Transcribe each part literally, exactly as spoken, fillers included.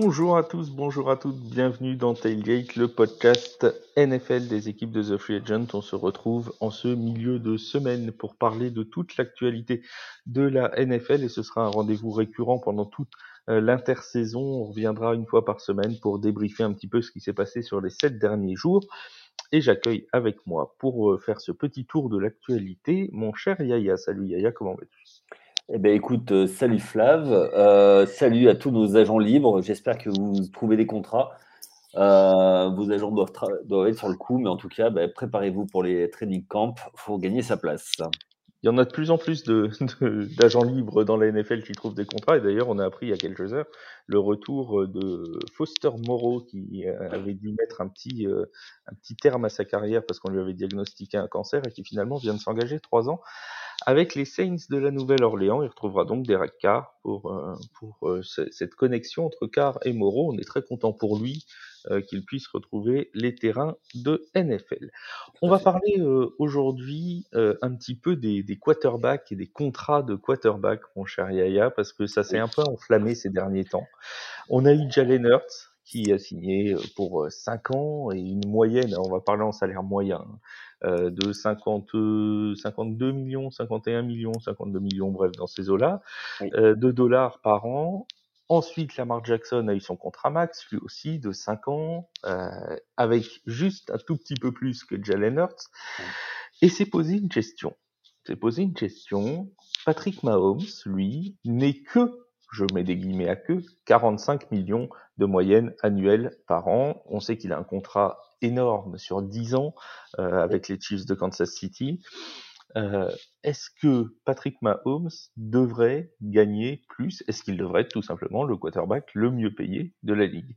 Bonjour à tous, bonjour à toutes, bienvenue dans Tailgate, le podcast N F L des équipes de The Free Agent. On se retrouve en ce milieu de semaine pour parler de toute l'actualité de la N F L et ce sera un rendez-vous récurrent pendant toute euh, l'intersaison. On reviendra une fois par semaine pour débriefer un petit peu ce qui s'est passé sur les sept derniers jours. Et j'accueille avec moi pour euh, faire ce petit tour de l'actualité mon cher Yaya. Salut Yaya, comment vas-tu ? Eh ben écoute, euh, salut Flav, euh, salut à tous nos agents libres. J'espère que vous trouvez des contrats. Euh, vos agents doivent, tra- doivent être sur le coup, mais en tout cas, ben, préparez-vous pour les training camps. Faut gagner sa place. Il y en a de plus en plus de, de- d'agents libres dans la N F L qui trouvent des contrats. Et d'ailleurs, on a appris il y a quelques heures le retour de Foster Moreau qui euh, avait dû mettre un petit, euh, un petit terme à sa carrière parce qu'on lui avait diagnostiqué un cancer et qui finalement vient de s'engager trois ans avec les Saints de la Nouvelle-Orléans. Il retrouvera donc Derek Carr pour, euh, pour euh, ce- cette connexion entre Carr et Moreau. On est très content pour lui euh, qu'il puisse retrouver les terrains de N F L. On Tout à va fait. parler euh, aujourd'hui euh, un petit peu des, des quarterbacks et des contrats de quarterbacks, mon cher Yaya, parce que ça s'est Oui. un peu enflammé ces derniers temps. On a eu Jalen Hurts qui a signé euh, pour euh, cinq ans et une moyenne, on va parler en salaire moyen, euh, de cinquante, euh, cinquante-deux millions, cinquante et un millions, cinquante-deux millions, bref, dans ces eaux-là, Oui. euh, de dollars par an. Ensuite, Lamar Jackson a eu son contrat max, lui aussi, de cinq ans, euh, avec juste un tout petit peu plus que Jalen Hurts. Oui. Et s'est posé une question. S'est posé une question. Patrick Mahomes, lui, n'est que, je mets des guillemets à que, quarante-cinq millions de moyenne annuelle par an. On sait qu'il a un contrat énorme sur dix ans euh, Oui. avec les Chiefs de Kansas City. Euh, est-ce que Patrick Mahomes devrait gagner plus? Est-ce qu'il devrait être tout simplement le quarterback le mieux payé de la ligue?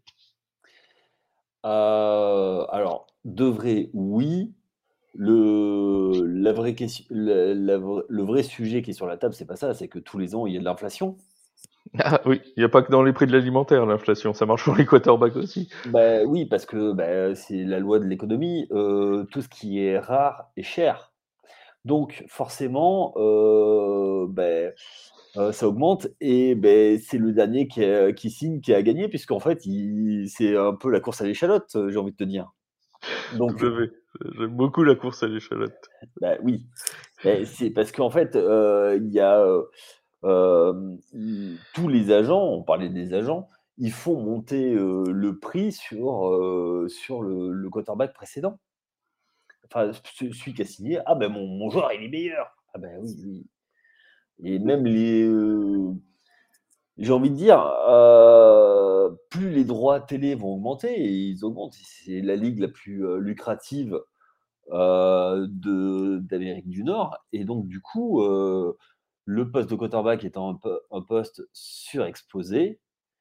Euh, alors, devrait, oui. Le, la vraie question, la- la vra- le vrai sujet qui est sur la table, c'est pas ça, c'est que tous les ans, il y a de l'inflation. Ah oui, il n'y a pas que dans les prix de l'alimentaire l'inflation, ça marche pour les quarterbacks aussi. Bah, oui, parce que bah, c'est la loi de l'économie. Euh, tout ce qui est rare est cher. Donc forcément, heu, beh, heu, ça augmente et beh, c'est le dernier qui a qui signe qui a gagné puisqu'en fait, il c'est un peu la course à l'échalote, heu, j'ai envie de te dire. Tout Donc, à fait. J'aime beaucoup la course à l'échalote. bah, oui, beh, c'est parce qu'en fait, heu, il y a, heu, hem, mmh, tous les agents, on parlait des agents, ils font monter, heu, le prix sur, heu, sur le le quarterback précédent. Enfin, ce celui qui a signé: «Ah ben mon mon joueur, il est meilleur». Ah ben oui, oui et même les, heu j'ai envie de dire, heu, plus les droits télé vont augmenter et ils augmentent. C'est la ligue la plus, heu, lucrative, heu, de d'Amérique du Nord et donc du coup, heu, le poste de quarterback étant un po un poste surexposé,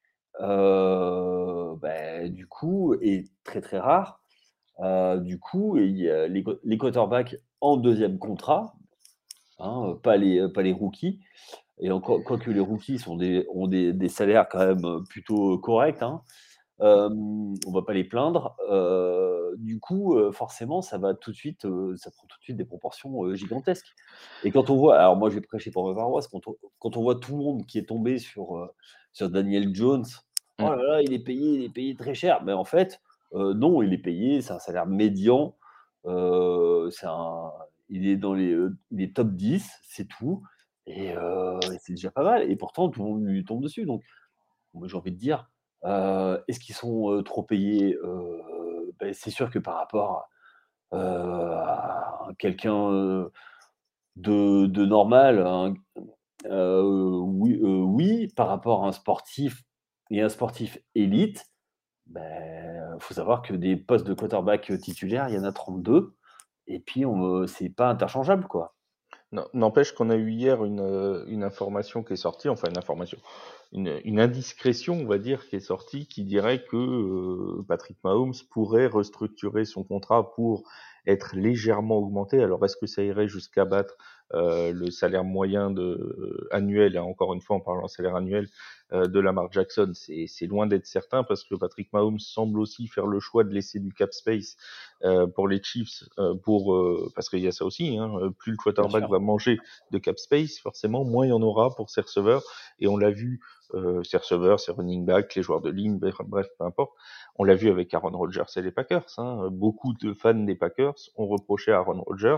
heu, bah, du coup est très, très rare. Heu, du coup, il y a les qua les quarterbacks en deuxième contrat, hein, pas les, pas les rookies, et encore quoique les rookies sont des ont des des salaires quand même, heu, plutôt corrects, hein. Hem, on va pas les plaindre. Heu, du coup, heu, forcément, ça va tout de suite, heu, ça prend tout de suite des proportions, heu, gigantesques et quand on voit alors moi, je vais prêcher pour ma paroisse, quand on quand on voit tout le monde qui est tombé sur, heu, sur Daniel Jones: «Oh Mmh. là là, il est payé il est payé très cher», mais en fait, heu, non, il est payé, c'est un salaire médian, heu, c'est un il est dans les, heu, les top dix, c'est tout et heu, c'est déjà pas mal et pourtant tout le monde lui tombe dessus donc moi j'ai envie de dire, heu, est-ce qu'ils sont, heu, trop payés? Heu, beh, c'est sûr que par rapport, heu, à quelqu'un, heu, de de normal, un heu, oui, heu, oui, par rapport à un sportif et un sportif élite, beh, faut savoir que des postes de quarterback, titulaires, il y en a trente-deux et puis on, heu, c'est pas interchangeable, quoi. Non- N'empêche qu'on a eu hier une, euh, une information qui est sortie, enfin une information, une, une indiscrétion, on va dire, qui est sortie, qui dirait que euh, Patrick Mahomes pourrait restructurer son contrat pour être légèrement augmenté. Alors, est-ce que ça irait jusqu'à battre euh, le salaire moyen de, euh, annuel, hein, encore une fois en parlant salaire annuel, euh, de Lamar Jackson, c'est, c'est loin d'être certain parce que Patrick Mahomes semble aussi faire le choix de laisser du cap space euh, pour les Chiefs, euh, pour euh, parce qu'il y a ça aussi, hein, plus le Bien quarterback sûr. va manger de cap space, forcément moins il y en aura pour ses receveurs, et on l'a vu, euh, ses receveurs, ses running backs, les joueurs de ligne, bref, bref, peu importe. On l'a vu avec Aaron Rodgers et les Packers. Hein. Beaucoup de fans des Packers ont reproché à Aaron Rodgers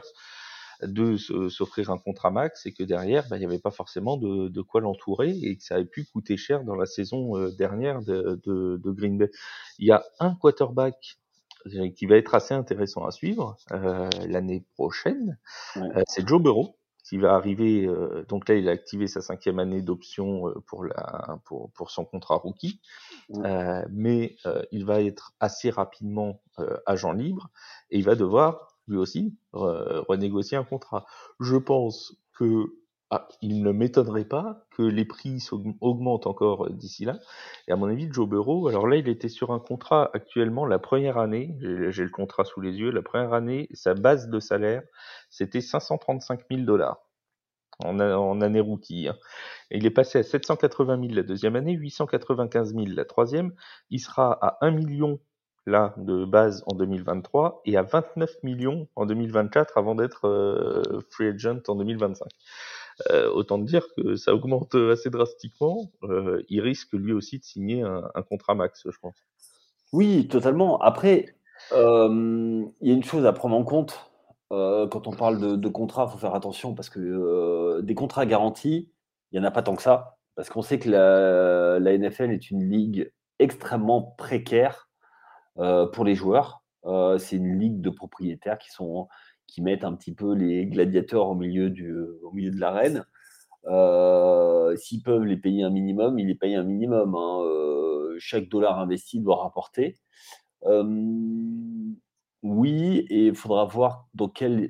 de s'offrir un contrat max et que derrière, bah, il n'y avait pas forcément de, de quoi l'entourer et que ça avait pu coûter cher dans la saison euh, dernière de, de, de Green Bay. Il y a un quarterback euh, qui va être assez intéressant à suivre euh, l'année prochaine, Ouais. euh, c'est Joe Burrow qui va arriver. Euh, donc là, il a activé sa cinquième année d'option euh, pour la pour pour son contrat rookie, Ouais. euh, mais euh, il va être assez rapidement euh, agent libre et il va devoir lui aussi re- renégocier un contrat. Je pense que ah, il ne m'étonnerait pas que les prix s'aug- augmentent encore euh, d'ici là. Et à mon avis, Joe Burrow, alors là, il était sur un contrat actuellement, la première année, j'ai j'ai le contrat sous les yeux, la première année, sa base de salaire, c'était cinq cent trente-cinq mille dollars en, a- en année rookie. Hein. Et il est passé à sept cent quatre-vingt mille la deuxième année, huit cent quatre-vingt-quinze mille la troisième. Il sera à un million là de base en deux mille vingt-trois et à vingt-neuf millions en deux mille vingt-quatre avant d'être euh, free agent en deux mille vingt-cinq. Euh, autant dire que ça augmente assez drastiquement. Euh, il risque lui aussi de signer un, un contrat max, je pense. Oui, totalement. Après, hem, il y a une chose à prendre en compte, heu, quand on parle de de contrats, il faut faire attention parce que, heu, des contrats garantis, il y en a pas tant que ça. Parce qu'on sait que la la N F L est une ligue extrêmement précaire, heu, pour les joueurs. Heu, c'est une ligue de propriétaires qui sont qui mettent un petit peu les gladiateurs au milieu du au milieu de l'arène. Heu, s'ils peuvent les payer un minimum, ils les payent un minimum, hein, heu, chaque dollar investi doit rapporter. Hem, oui, et il faudra voir dans quel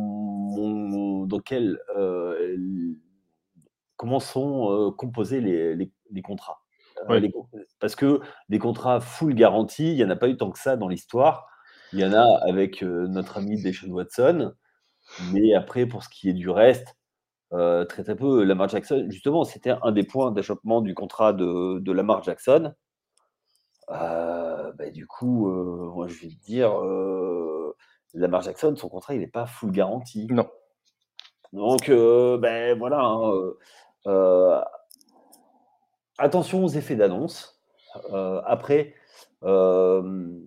mon dans quel, heu, l comment sont, heu, composés les les les contrats. Heu, Oui. les con Parce que des contrats full garantis, il y en a pas eu tant que ça dans l'histoire. Il y en a avec, heu, notre ami Deshaun Watson, mais après pour ce qui est du reste, heu, très, très peu. Lamar Jackson, justement, c'était un des points d'achoppement du contrat de de Lamar Jackson. Heu, bah, du coup, heu, moi, je vais te dire, heu, Lamar Jackson, son contrat, il est pas full garanti. Non. Donc, heu, beh, voilà, hein, heu heu, attention aux effets d'annonce. Heu, après, hem,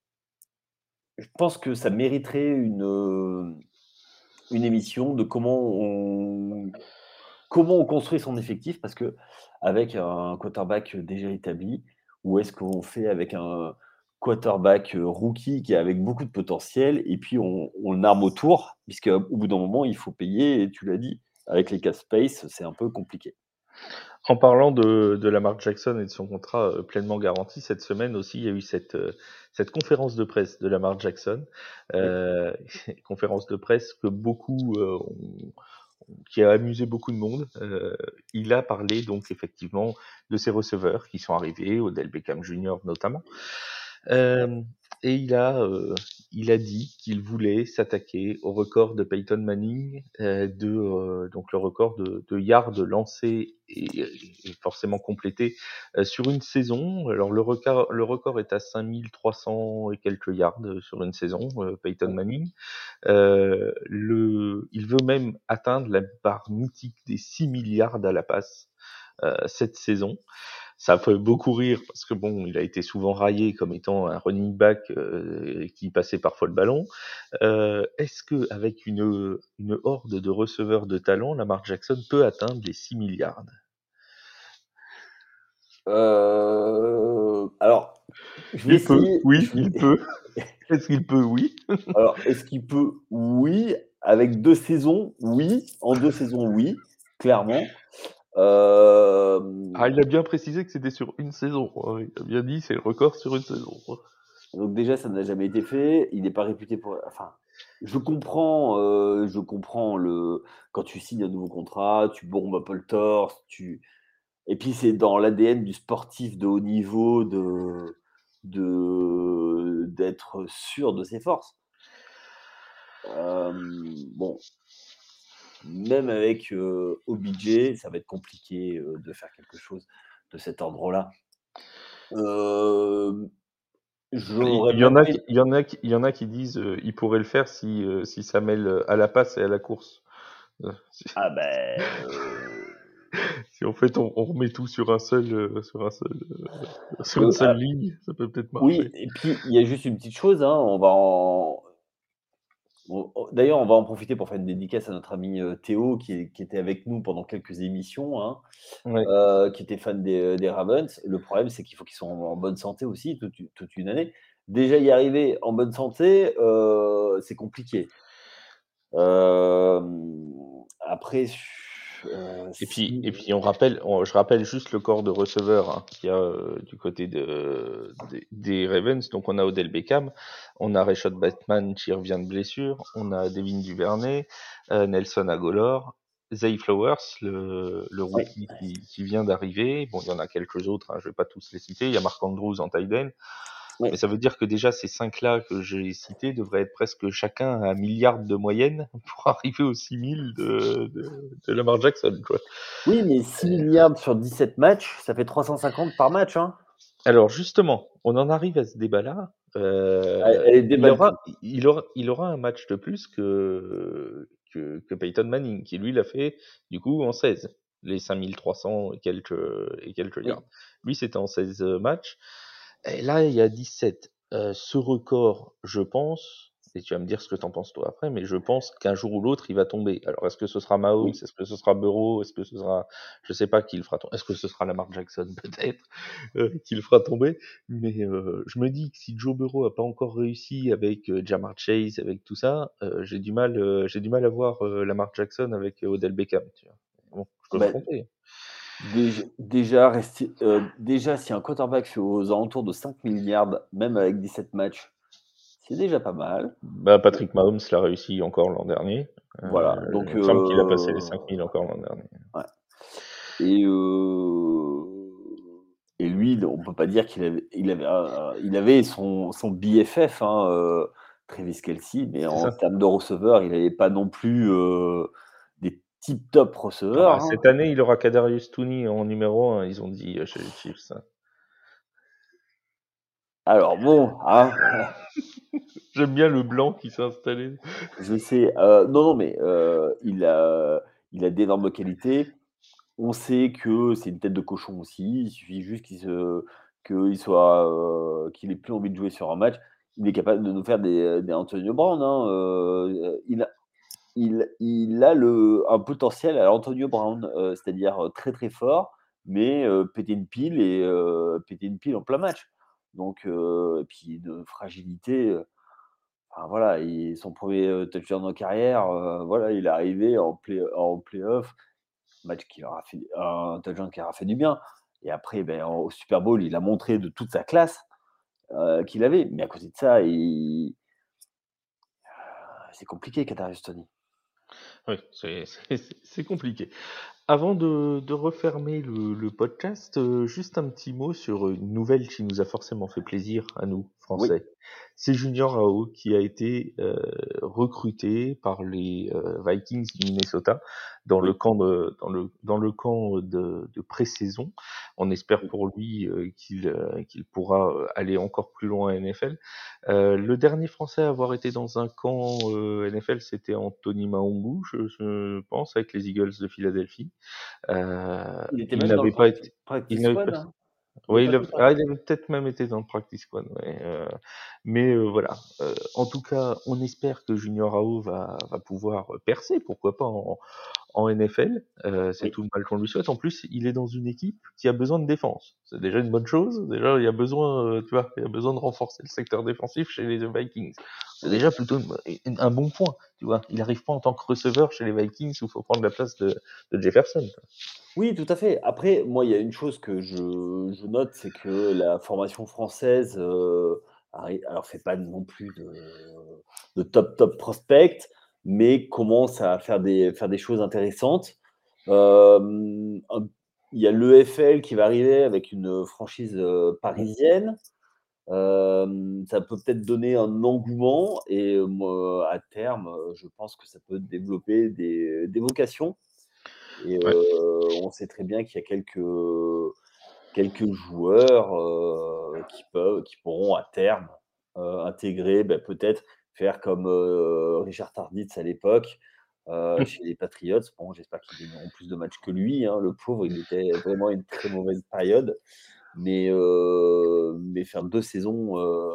je pense que ça mériterait une, heu, une émission de comment on comment on construit son effectif, parce qu'avec un quarterback déjà établi, ou est-ce qu'on fait avec un quarterback, heu, rookie qui est avec beaucoup de potentiel et puis on on l'arme autour? Puisqu'au bout d'un moment, il faut payer et tu l'as dit, avec les cap space, c'est un peu compliqué. En parlant de, de Lamar Jackson et de son contrat euh, pleinement garanti, cette semaine aussi, il y a eu cette, euh, cette conférence de presse de Lamar Jackson, Oui. euh, conférence de presse que beaucoup, euh, ont- qui a amusé beaucoup de monde. Euh, il a parlé donc effectivement de ses receveurs qui sont arrivés, Odell Beckham Junior notamment. Euh, et il a, euh, il a dit qu'il voulait s'attaquer au record de Peyton Manning, euh, de euh, donc le record de, de yards lancés et, et forcément complétés euh, sur une saison. Alors le record, le record est à cinq mille trois cents et quelques yards sur une saison, euh, Peyton Manning. Euh, le, il veut même atteindre la barre mythique des six milliards à la passe euh, cette saison. Ça fait beaucoup rire parce que bon, il a été souvent raillé comme étant un running back euh, qui passait parfois le ballon. Euh, est-ce que avec une, une horde de receveurs de talent, Lamar Jackson peut atteindre les six milliards? Heu, alors, je vais Il peut, essayer, oui, je vais il peut. Est-ce qu'il peut? Oui. alors, est-ce qu'il peut? Oui, avec deux saisons, oui. En deux saisons, oui, clairement. Ah, Hem il a bien précisé que c'était sur une saison. Ouais, il a bien dit c'est le record sur une saison. Donc déjà, ça n'a jamais été fait. Il n'est pas réputé pour. Enfin, je comprends, heu, je comprends le quand tu signes un nouveau contrat, tu bombes un peu le torse, tu et puis c'est dans l'A D N du sportif de haut niveau de de d'être sûr de ses forces. Hem, bon, même avec euh, O B J, ça va être compliqué euh, de faire quelque chose de cet ordre-là. Euh, Il J'aurais il y même en a pas. qui il y en a qui il y en a qui disent, heu, il pourrait le faire si, heu, si ça mêle, à la passe et à la course. Heu, si Ah ben, euh, si en fait on on remet tout sur un seul, heu, sur un seul, heu, sur une le- seule ah, ligne, ça peut peut-être oui, marcher. et puis il y a juste une petite chose, hein, on va en, on- on- d'ailleurs, on va en profiter pour faire une dédicace à notre ami euh, Théo qui, est- qui était avec nous pendant quelques émissions, hein, Ouais. euh, qui était fan des, euh, des Ravens. Le problème, c'est qu'il faut qu'ils soient en, en bonne santé aussi toute, toute une année. Déjà y arriver en bonne santé, euh, c'est compliqué. Euh, Après, euh, Et puis, si, et puis on rappelle, on- je rappelle juste le corps de receveurs hein, qu'il y a euh, du côté de, des, des Ravens. Donc on a Odell Beckham, on a Rashad Bateman qui revient de blessure, on a Devin Duvernay, euh, Nelson Agholor, Zay Flowers, le, le oui, rookie qui, qui vient d'arriver. Bon, il y en a quelques autres, hein, je vais pas tous les citer. Il y a Mark Andrews en tight end. oui. Mais ça veut dire que déjà ces cinq-là que j'ai cités devraient être presque chacun à un milliard de moyenne pour arriver aux six mille de, de, de Lamar Jackson, quoi. Oui, mais six milliards sur dix-sept matchs, ça fait trois cent cinquante par match. Hein. Alors justement, on en arrive à ce débat-là. Elle, Euh, elle est il aura, débaltée. il aura, il aura un match de plus que, que, que Peyton Manning, qui lui l'a fait du coup en seize, les cinq mille trois cents et quelques, et quelques yards. Oui. Lui, c'était en seize matchs. Et là, il y a dix-sept. Euh, ce record, je pense, et tu vas me dire ce que t'en penses toi après, mais je pense qu'un jour ou l'autre, il va tomber. Alors, est-ce que ce sera Mahomes? Oui. Est-ce que ce sera Burrow? Est-ce que ce sera, je sais pas qui le fera tomber. Est-ce que ce sera Lamar Jackson? Peut-être, euh, qui le fera tomber. Mais euh, je me dis que si Joe Burrow a pas encore réussi avec euh, Jamar Chase, avec tout ça, euh, j'ai du mal, euh, j'ai du mal à voir euh, Lamar Jackson avec euh, Odell Beckham. Tu vois. Bon, je peux me Bah, tromper. déjà, déjà, rester, euh, déjà, si un quarterback fait aux alentours de cinq milliards, même avec dix-sept matchs, c'est déjà pas mal. Bah, Patrick Mahomes l'a réussi encore l'an dernier. Voilà. Euh, Donc, il me semble qu'il a passé les euh, cinq mille encore l'an dernier. ouais. Et, euh, et lui, on peut pas dire qu'il avait, il avait, euh, il avait son, son B F F, hein, euh, Travis Kelce, mais C'est en ça. termes de receveur, il n'avait pas non plus euh, des tip-top Ah bah, receveurs. Hein. cette année, il aura Kadarius Toney en numéro un, ils ont dit euh, chez les Chiefs. Hein. Alors bon, hein, J'aime bien le blanc qui s'est installé. je sais. Euh, non, non, mais euh, il a, il a d'énormes qualités. On sait que c'est une tête de cochon aussi. Il suffit juste qu'il se, qu'il soit, euh, qu'il ait plus envie de jouer sur un match. Il est capable de nous faire des, des Antonio Brown. Hein. Euh, il a, il, il a le, un potentiel à l'Antonio Brown, euh, c'est-à-dire euh, très très fort, mais euh, péter une pile et euh, péter une pile en plein match. Donc, euh, et puis de fragilité. euh, Enfin, voilà, il- son premier euh, touchdown en carrière, euh, voilà, il est arrivé en play, en playoff, match qui leur a fait un touchdown qui leur a fait du bien. Et après, ben, au Super Bowl, il a montré de toute sa classe euh, qu'il avait. Mais à côté de ça, il... c'est compliqué, Kadarius Toney. Oui, c'est c'est- c'est compliqué. Avant de, de refermer le, le podcast, euh, juste un petit mot sur une nouvelle qui nous a forcément fait plaisir à nous, Oui, Français. C'est Junior Ao qui a été euh, recruté par les euh, Vikings du Minnesota dans le oui, camp de, dans le, dans le camp de, de pré-saison. On espère oui. pour lui euh, qu'il euh, qu'il pourra euh, aller encore plus loin en N F L. Euh, le dernier Français à avoir été dans un camp euh, N F L, c'était Anthony Maungu, je, je pense, avec les Eagles de Philadelphie. Euh, Il était il même dans le n'avait pas practice, été, il practice n'avait squad. pas, Hein. Il est oui, il, passé avait, par ah, là. il avait peut-être même été dans le practice squad. Ouais, euh, mais euh, voilà. Euh, en tout cas, on espère que Junior Ao va, va pouvoir percer, pourquoi pas en, en N F L. Euh, c'est Oui, tout le mal qu'on lui souhaite. En plus, il est dans une équipe qui a besoin de défense. C'est déjà une bonne chose. Déjà, il y a besoin, euh, tu vois, il y a besoin de renforcer le secteur défensif chez les Vikings. C'est oui. déjà plutôt une- un bon point, tu vois. Il n'arrive pas en tant que receveur chez les Vikings où il faut prendre la place de, de Jefferson. Oui, tout à fait. Après, moi, il y a une chose que je, je note, c'est que la formation française, euh, arri- alors fait pas non plus de, de top top prospect, mais commence à faire des, faire des choses intéressantes. Euh, un- il y a l'E F L qui va arriver avec une franchise euh, parisienne. Euh, Hem, ça peut peut-être donner un engouement et heu, moi, à terme, heu, je pense que ça peut développer des des vocations et Ouais. heu, on sait très bien qu'il y a quelques, quelques joueurs, heu, qui peuvent qui pourront à terme, heu, intégrer, bah, peut-être faire comme, heu, Richard Tarditz à l'époque, heu, chez les Patriots. Bon, j'espère qu'ils gagneront plus de matchs que lui, hein, le pauvre, il était vraiment à une très mauvaise période. Mais, heu, mais faire deux saisons, heu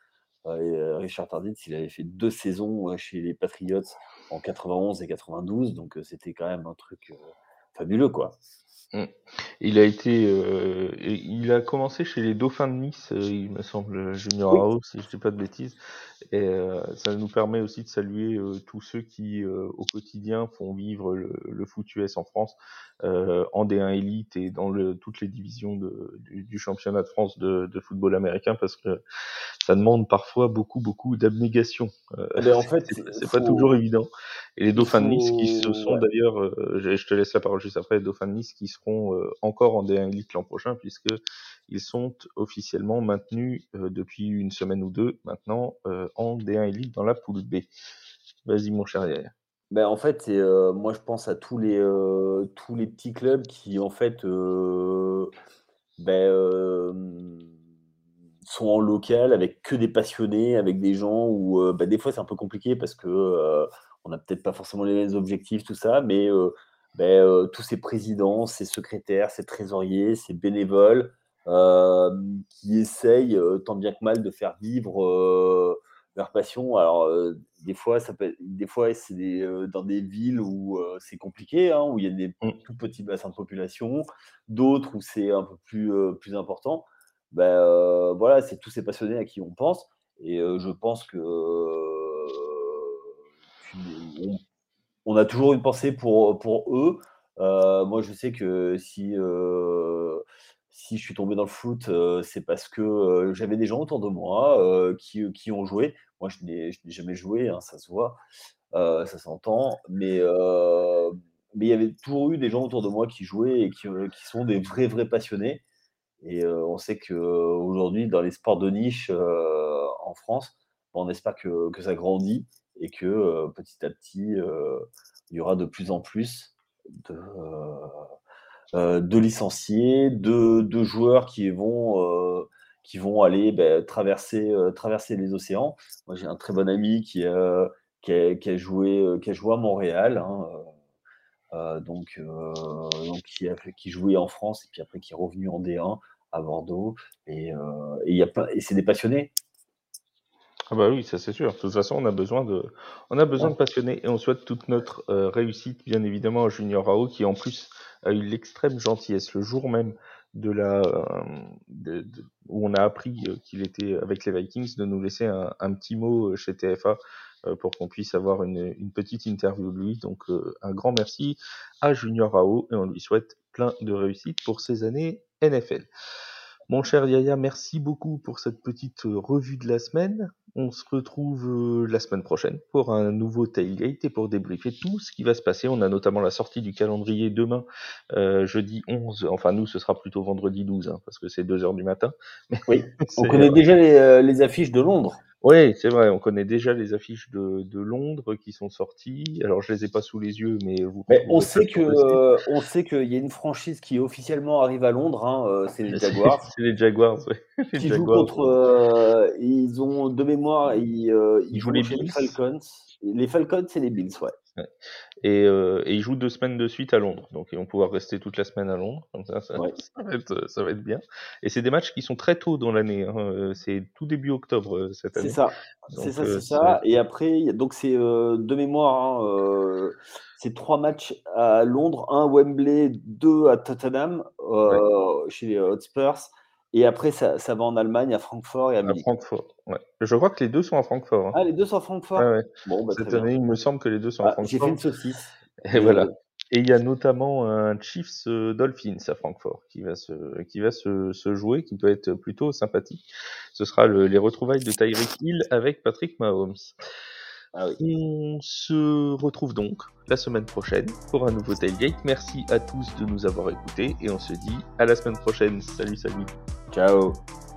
heu, Richard Tarditz, il avait fait deux saisons, heu, chez les Patriots en quatre-vingt-onze et quatre-vingt-douze, donc heu, c'était quand même un truc, heu, fabuleux, quoi. Mmh. Il a été, heu, et il a commencé chez les Dauphins de Nice, heu, il me semble, Junior Oui, Ao, si je dis pas de bêtises. Et heu, ça nous permet aussi de saluer, heu, tous ceux qui, heu, au quotidien font vivre le le foot U S en France, heu, en D un Elite et dans le toutes les divisions de du du championnat de France de de football américain, parce que ça demande parfois beaucoup, beaucoup d'abnégation. Heu, et beh, en c'est fait, c'est pas il c'est pas toujours faut évident. Et les il Dauphins de Nice qui se faut sont ouais. d'ailleurs, heu, je je te laisse la parole juste après, les Dauphins de Nice qui seront, heu, encore en D un Elite l'an prochain, puisque ils sont officiellement maintenus, heu, depuis une semaine ou deux maintenant, heu, en D un Elite dans la poule B. Vas-y mon cher Yaya. Bah, en fait, c'est, heu, moi, je pense à tous les, heu, tous les petits clubs qui, en fait, heu, beh, hem, sont en local avec que des passionnés, avec des gens où, heu, bah, des fois, c'est un peu compliqué parce que, heu, on n'a peut-être pas forcément les mêmes objectifs, tout ça, mais, heu, beh, heu, tous ces présidents, ces secrétaires, ces trésoriers, ces bénévoles, hem, qui essayent, heu, tant bien que mal de faire vivre, heu, leur passion. Alors, heu, des fois, ça peut être des fois, c'est des, heu, dans des villes où, heu, c'est compliqué, hein, où il y a des Mmh. tout petits bassins de population, d'autres où c'est un peu plus, heu, plus important. Bah, heu, voilà, c'est tous ces passionnés à qui on pense et heu, je pense que, heu, qu'une on on a toujours une pensée pour, pour eux. Heu, moi, je sais que si, heu, si je suis tombé dans le foot, heu, c'est parce que, heu, j'avais des gens autour de moi, heu, qui, qui ont joué. Moi, je n'ai je n'ai jamais joué, hein, ça se voit, heu, ça s'entend, mais heu, mais il y avait toujours eu des gens autour de moi qui jouaient et qui, heu, qui sont des vrais, vrais passionnés et heu, on sait qu'aujourd'hui, dans les sports de niche, heu, en France, on espère que que ça grandit et que, heu, petit à petit, heu, il y aura de plus en plus de, heu heu, de licenciés, de de joueurs qui vont, heu, qui vont aller, beh, traverser, heu, traverser les océans. Moi, j'ai un très bon ami qui, heu, qui a qui a joué, heu, qui a joué à Montréal, hein, heu heu, donc heu, donc qui a fait qui jouait en France et puis après qui est revenu en D un à Bordeaux et heu et il y a plein et c'est des passionnés. Ah bah oui, ça c'est sûr. De toute façon, on a besoin de, on a besoin Ouais. de passionnés et on souhaite toute notre euh, réussite, bien évidemment, à Junior Rao, qui en plus a eu l'extrême gentillesse le jour même de la, euh, de- de- où on a appris euh, qu'il était avec les Vikings, de nous laisser un, un petit mot euh, chez T F A euh, pour qu'on puisse avoir une, une petite interview de lui. Donc euh, un grand merci à Junior Rao et on lui souhaite plein de réussite pour ses années N F L. Mon cher Yaya, merci beaucoup pour cette petite euh, revue de la semaine. On se retrouve euh, la semaine prochaine pour un nouveau tailgate et pour débriefer tout ce qui va se passer. On a notamment la sortie du calendrier demain, euh, jeudi onze. Enfin, nous, ce sera plutôt vendredi douze, hein, parce que c'est deux heures du matin. Oui, on c'est, connaît déjà les, heu, les affiches de Londres. Oui, c'est vrai, on connaît déjà les affiches de, de Londres qui sont sorties. Alors, je les ai pas sous les yeux, mais vous Mais on retrouverez ça sait que, sur le site. heu, on sait qu'il y a une franchise qui officiellement arrive à Londres, hein, heu, c'est les C'est Jaguars. c'est les Jaguars, ouais. Les Qui jouent Jaguars. contre, heu, ils ont de mémoire, ils, heu, Ils ils jouent vont les chez les Bills. Falcons. Les Falcons, c'est les Bills, ouais. Ouais. Et, euh, et ils jouent deux semaines de suite à Londres. Donc ils vont pouvoir rester toute la semaine à Londres. Comme ça, ça, Ouais, ça va être, ça va être bien. Et c'est des matchs qui sont très tôt dans l'année, hein. Euh, C'est tout début octobre euh, cette c'est année. ça. C'est Donc ça, euh, c'est ça va ça être et après, il y a donc c'est, heu, de mémoire, hein, heu, c'est trois matchs à Londres, un Wembley, deux à Tottenham, ouais, heu, chez les Hotspurs et après ça ça va en Allemagne, à Francfort et à à Munich. Francfort. Ouais. Je crois que les deux sont à Francfort, hein. Ah, les deux sont à Ouais, Francfort? ouais. Bon, bah, très Cette bien. année, il me semble que les deux sont à Ah, j'ai fait une Francfort. saucisse, Et voilà. désolé. Et il y a notamment un Chiefs euh, Dolphins à Francfort qui va se, qui va se, se jouer, qui peut être plutôt sympathique. Ce sera le- les retrouvailles de Tyreek Hill avec Patrick Mahomes. Ah oui. On se retrouve donc la semaine prochaine pour un nouveau Tailgate. Merci à tous de nous avoir écoutés et on se dit à la semaine prochaine. Salut, salut. Ciao.